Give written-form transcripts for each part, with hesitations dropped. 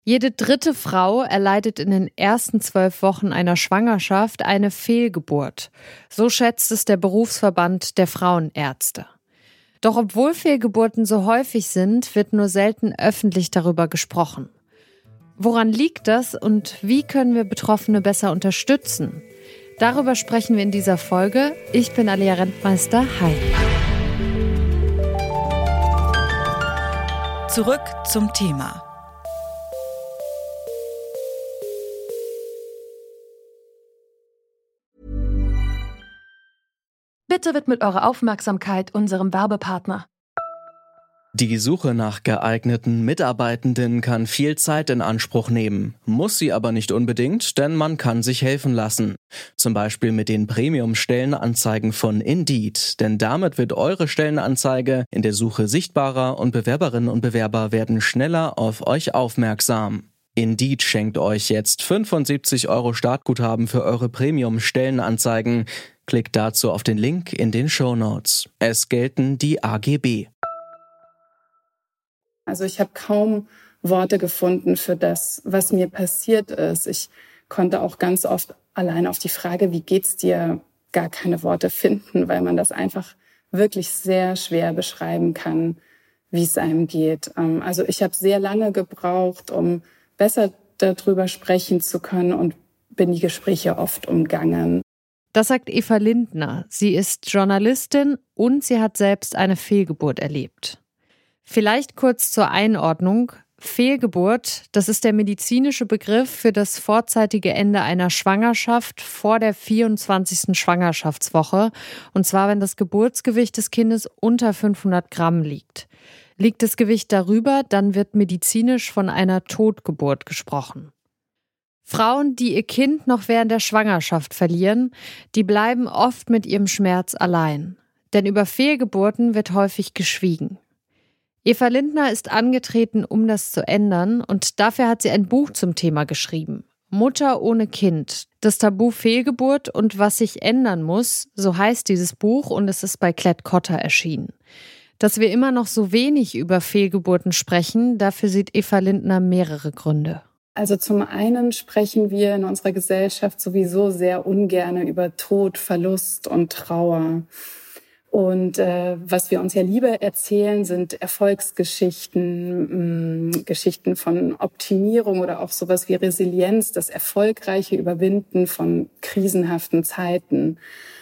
Jede dritte Frau erleidet in den ersten 12 Wochen einer Schwangerschaft eine Fehlgeburt. So schätzt es der Berufsverband der Frauenärzte. Doch obwohl Fehlgeburten so häufig sind, wird nur selten öffentlich darüber gesprochen. Woran liegt das und wie können wir Betroffene besser unterstützen? Darüber sprechen wir in dieser Folge. Ich bin Alia Rentmeister. Hi. Zurück zum Thema. Bitte widmet eure Aufmerksamkeit unserem Werbepartner. Die Suche nach geeigneten Mitarbeitenden kann viel Zeit in Anspruch nehmen, muss sie aber nicht unbedingt, denn man kann sich helfen lassen. Zum Beispiel mit den Premium-Stellenanzeigen von Indeed, denn damit wird eure Stellenanzeige in der Suche sichtbarer und Bewerberinnen und Bewerber werden schneller auf euch aufmerksam. Indeed schenkt euch jetzt 75 € Startguthaben für eure Premium-Stellenanzeigen. Klickt dazu auf den Link in den Shownotes. Es gelten die AGB. Also ich habe kaum Worte gefunden für das, was mir passiert ist. Ich konnte auch ganz oft allein auf die Frage, wie geht's dir, gar keine Worte finden, weil man das einfach wirklich sehr schwer beschreiben kann, wie es einem geht. Also ich habe sehr lange gebraucht, um besser darüber sprechen zu können und bin die Gespräche oft umgangen. Das sagt Eva Lindner. Sie ist Journalistin und sie hat selbst eine Fehlgeburt erlebt. Vielleicht kurz zur Einordnung. Fehlgeburt, das ist der medizinische Begriff für das vorzeitige Ende einer Schwangerschaft vor der 24. Schwangerschaftswoche. Und zwar, wenn das Geburtsgewicht des Kindes unter 500 Gramm liegt. Liegt das Gewicht darüber, dann wird medizinisch von einer Totgeburt gesprochen. Frauen, die ihr Kind noch während der Schwangerschaft verlieren, die bleiben oft mit ihrem Schmerz allein. Denn über Fehlgeburten wird häufig geschwiegen. Eva Lindner ist angetreten, um das zu ändern, und dafür hat sie ein Buch zum Thema geschrieben. Mutter ohne Kind, das Tabu Fehlgeburt und was sich ändern muss, so heißt dieses Buch und es ist bei Klett-Cotta erschienen. Dass wir immer noch so wenig über Fehlgeburten sprechen, dafür sieht Eva Lindner mehrere Gründe. Also zum einen sprechen wir in unserer Gesellschaft sowieso sehr ungern über Tod, Verlust und Trauer. Und was wir uns ja lieber erzählen, sind Erfolgsgeschichten, Geschichten von Optimierung oder auch sowas wie Resilienz, das erfolgreiche Überwinden von krisenhaften Zeiten.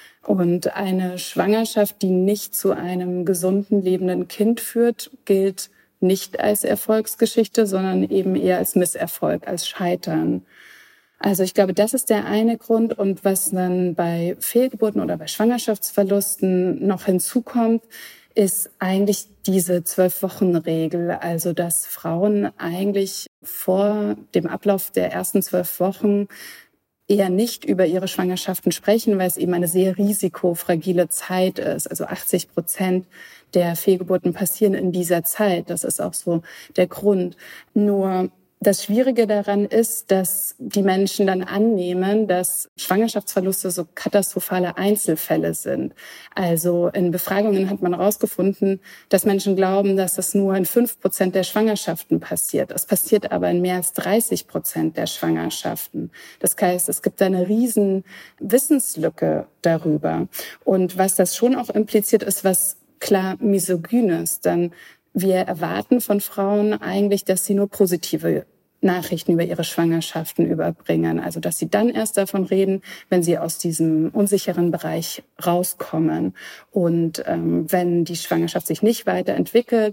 Und eine Schwangerschaft, die nicht zu einem gesunden, lebenden Kind führt, gilt nicht als Erfolgsgeschichte, sondern eben eher als Misserfolg, als Scheitern. Also ich glaube, das ist der eine Grund. Und was dann bei Fehlgeburten oder bei Schwangerschaftsverlusten noch hinzukommt, ist eigentlich diese 12-Wochen-Regel. Also dass Frauen eigentlich vor dem Ablauf der ersten 12 Wochen eher nicht über ihre Schwangerschaften sprechen, weil es eben eine sehr risikofragile Zeit ist. Also 80% der Fehlgeburten passieren in dieser Zeit. Das ist auch so der Grund. Nur das Schwierige daran ist, dass die Menschen dann annehmen, dass Schwangerschaftsverluste so katastrophale Einzelfälle sind. Also in Befragungen hat man herausgefunden, dass Menschen glauben, dass das nur in 5% der Schwangerschaften passiert. Es passiert aber in mehr als 30% der Schwangerschaften. Das heißt, es gibt eine riesen Wissenslücke darüber. Und was das schon auch impliziert, ist was klar Misogynes. Denn wir erwarten von Frauen eigentlich, dass sie nur positive Nachrichten über ihre Schwangerschaften überbringen. Also dass sie dann erst davon reden, wenn sie aus diesem unsicheren Bereich rauskommen. Und wenn die Schwangerschaft sich nicht weiterentwickelt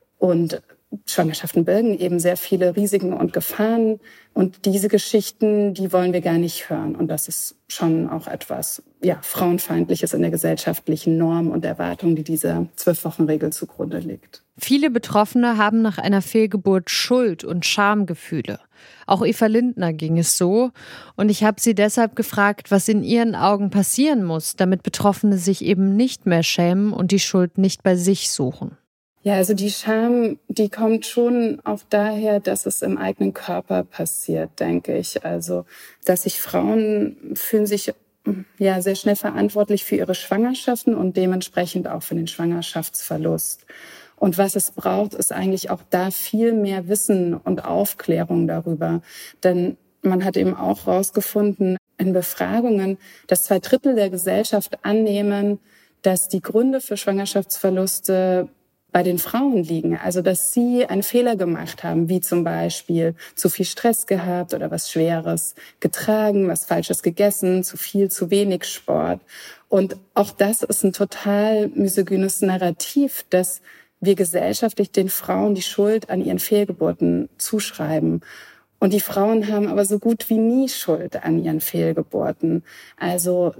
und Schwangerschaften birgen eben sehr viele Risiken und Gefahren. Und diese Geschichten, die wollen wir gar nicht hören. Und das ist schon auch etwas, Frauenfeindliches in der gesellschaftlichen Norm und Erwartung, die dieser 12-Wochen-Regel zugrunde liegt. Viele Betroffene haben nach einer Fehlgeburt Schuld- und Schamgefühle. Auch Eva Lindner ging es so. Und ich habe sie deshalb gefragt, was in ihren Augen passieren muss, damit Betroffene sich eben nicht mehr schämen und die Schuld nicht bei sich suchen. Ja, also die Scham, die kommt schon auch daher, dass es im eigenen Körper passiert, denke ich. Also, dass sich Frauen fühlen sich sehr schnell verantwortlich für ihre Schwangerschaften und dementsprechend auch für den Schwangerschaftsverlust. Und was es braucht, ist eigentlich auch da viel mehr Wissen und Aufklärung darüber. Denn man hat eben auch herausgefunden in Befragungen, dass 2/3 der Gesellschaft annehmen, dass die Gründe für Schwangerschaftsverluste bei den Frauen liegen. Also dass sie einen Fehler gemacht haben, wie zum Beispiel zu viel Stress gehabt oder was Schweres getragen, was Falsches gegessen, zu viel, zu wenig Sport. Und auch das ist ein total misogynes Narrativ, dass wir gesellschaftlich den Frauen die Schuld an ihren Fehlgeburten zuschreiben. Und die Frauen haben aber so gut wie nie Schuld an ihren Fehlgeburten. Also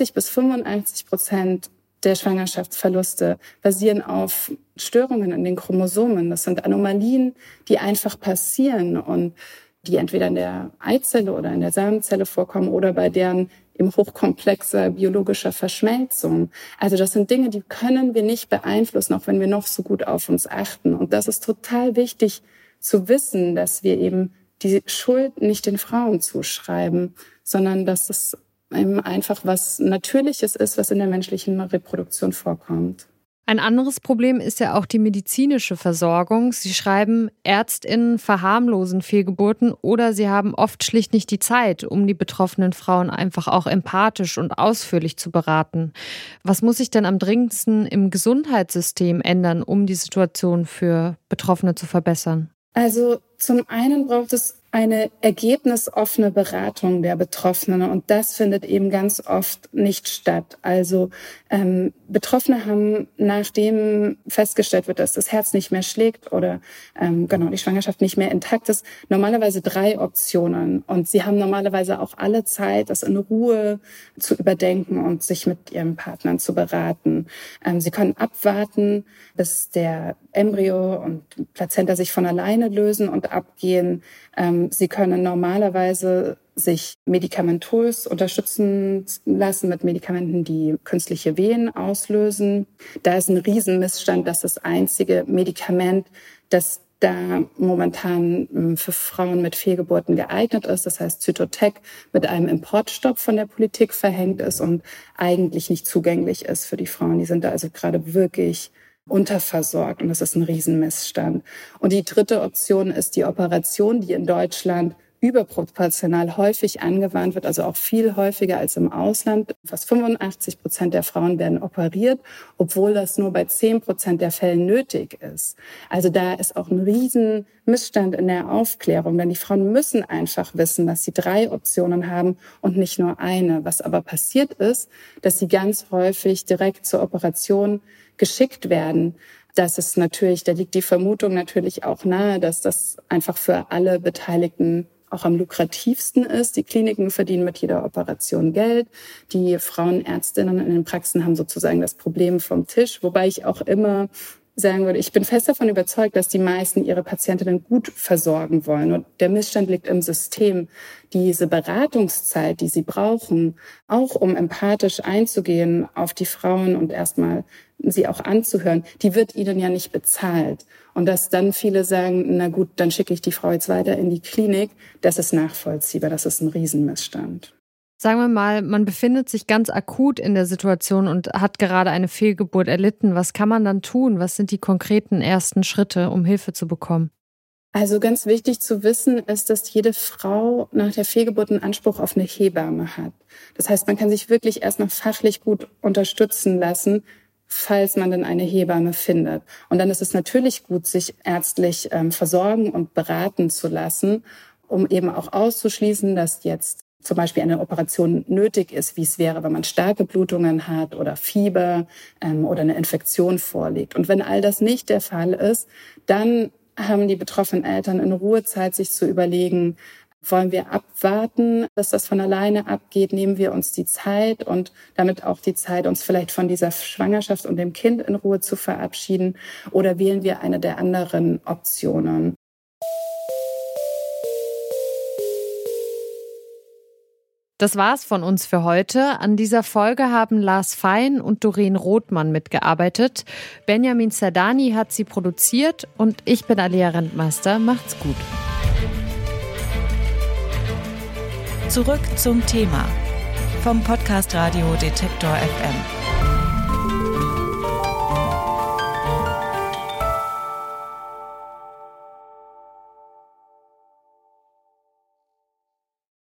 60-85% der Schwangerschaftsverluste basieren auf Störungen in den Chromosomen. Das sind Anomalien, die einfach passieren und die entweder in der Eizelle oder in der Samenzelle vorkommen oder bei deren eben hochkomplexer biologischer Verschmelzung. Also das sind Dinge, die können wir nicht beeinflussen, auch wenn wir noch so gut auf uns achten. Und das ist total wichtig zu wissen, dass wir eben die Schuld nicht den Frauen zuschreiben, sondern dass es eben einfach was Natürliches ist, was in der menschlichen Reproduktion vorkommt. Ein anderes Problem ist ja auch die medizinische Versorgung. Sie schreiben, ÄrztInnen verharmlosen Fehlgeburten oder sie haben oft schlicht nicht die Zeit, um die betroffenen Frauen einfach auch empathisch und ausführlich zu beraten. Was muss sich denn am dringendsten im Gesundheitssystem ändern, um die Situation für Betroffene zu verbessern? Also zum einen braucht es eine ergebnisoffene Beratung der Betroffenen und das findet eben ganz oft nicht statt. Also Betroffene haben, nachdem festgestellt wird, dass das Herz nicht mehr schlägt oder die Schwangerschaft nicht mehr intakt ist, normalerweise 3 Optionen und sie haben normalerweise auch alle Zeit, das in Ruhe zu überdenken und sich mit ihren Partnern zu beraten. Sie können abwarten, bis der Embryo und Plazenta sich von alleine lösen und abgehen. Sie können normalerweise sich medikamentös unterstützen lassen mit Medikamenten, die künstliche Wehen auslösen. Da ist ein Riesenmissstand, dass das einzige Medikament, das da momentan für Frauen mit Fehlgeburten geeignet ist, das heißt Zytotec, mit einem Importstopp von der Politik verhängt ist und eigentlich nicht zugänglich ist für die Frauen. Die sind da also gerade wirklich unterversorgt und das ist ein Riesenmissstand. Und die dritte Option ist die Operation, die in Deutschland überproportional häufig angewandt wird, also auch viel häufiger als im Ausland. Fast 85% der Frauen werden operiert, obwohl das nur bei 10% der Fällen nötig ist. Also da ist auch ein riesen Missstand in der Aufklärung, denn die Frauen müssen einfach wissen, dass sie 3 Optionen haben und nicht nur eine. Was aber passiert ist, dass sie ganz häufig direkt zur Operation geschickt werden. Das ist natürlich, da liegt die Vermutung natürlich auch nahe, dass das einfach für alle Beteiligten auch am lukrativsten ist. Die Kliniken verdienen mit jeder Operation Geld. Die Frauenärztinnen in den Praxen haben sozusagen das Problem vom Tisch, wobei ich auch immer sagen würde, ich bin fest davon überzeugt, dass die meisten ihre Patientinnen gut versorgen wollen. Und der Missstand liegt im System. Diese Beratungszeit, die sie brauchen, auch um empathisch einzugehen auf die Frauen und erstmal sie auch anzuhören, die wird ihnen ja nicht bezahlt. Und dass dann viele sagen, na gut, dann schicke ich die Frau jetzt weiter in die Klinik, das ist nachvollziehbar, das ist ein Riesenmissstand. Sagen wir mal, man befindet sich ganz akut in der Situation und hat gerade eine Fehlgeburt erlitten. Was kann man dann tun? Was sind die konkreten ersten Schritte, um Hilfe zu bekommen? Also ganz wichtig zu wissen ist, dass jede Frau nach der Fehlgeburt einen Anspruch auf eine Hebamme hat. Das heißt, man kann sich wirklich erst noch fachlich gut unterstützen lassen, falls man dann eine Hebamme findet. Und dann ist es natürlich gut, sich ärztlich versorgen und beraten zu lassen, um eben auch auszuschließen, dass jetzt zum Beispiel eine Operation nötig ist, wie es wäre, wenn man starke Blutungen hat oder Fieber oder eine Infektion vorliegt. Und wenn all das nicht der Fall ist, dann haben die betroffenen Eltern in Ruhe Zeit, sich zu überlegen, wollen wir abwarten, dass das von alleine abgeht, nehmen wir uns die Zeit und damit auch die Zeit, uns vielleicht von dieser Schwangerschaft und dem Kind in Ruhe zu verabschieden, oder wählen wir eine der anderen Optionen. Das war's von uns für heute. An dieser Folge haben Lars Fein und Doreen Rothmann mitgearbeitet. Benjamin Zerdani hat sie produziert und ich bin Alia Rentmeister. Macht's gut. Zurück zum Thema vom Podcast Radio Detektor FM.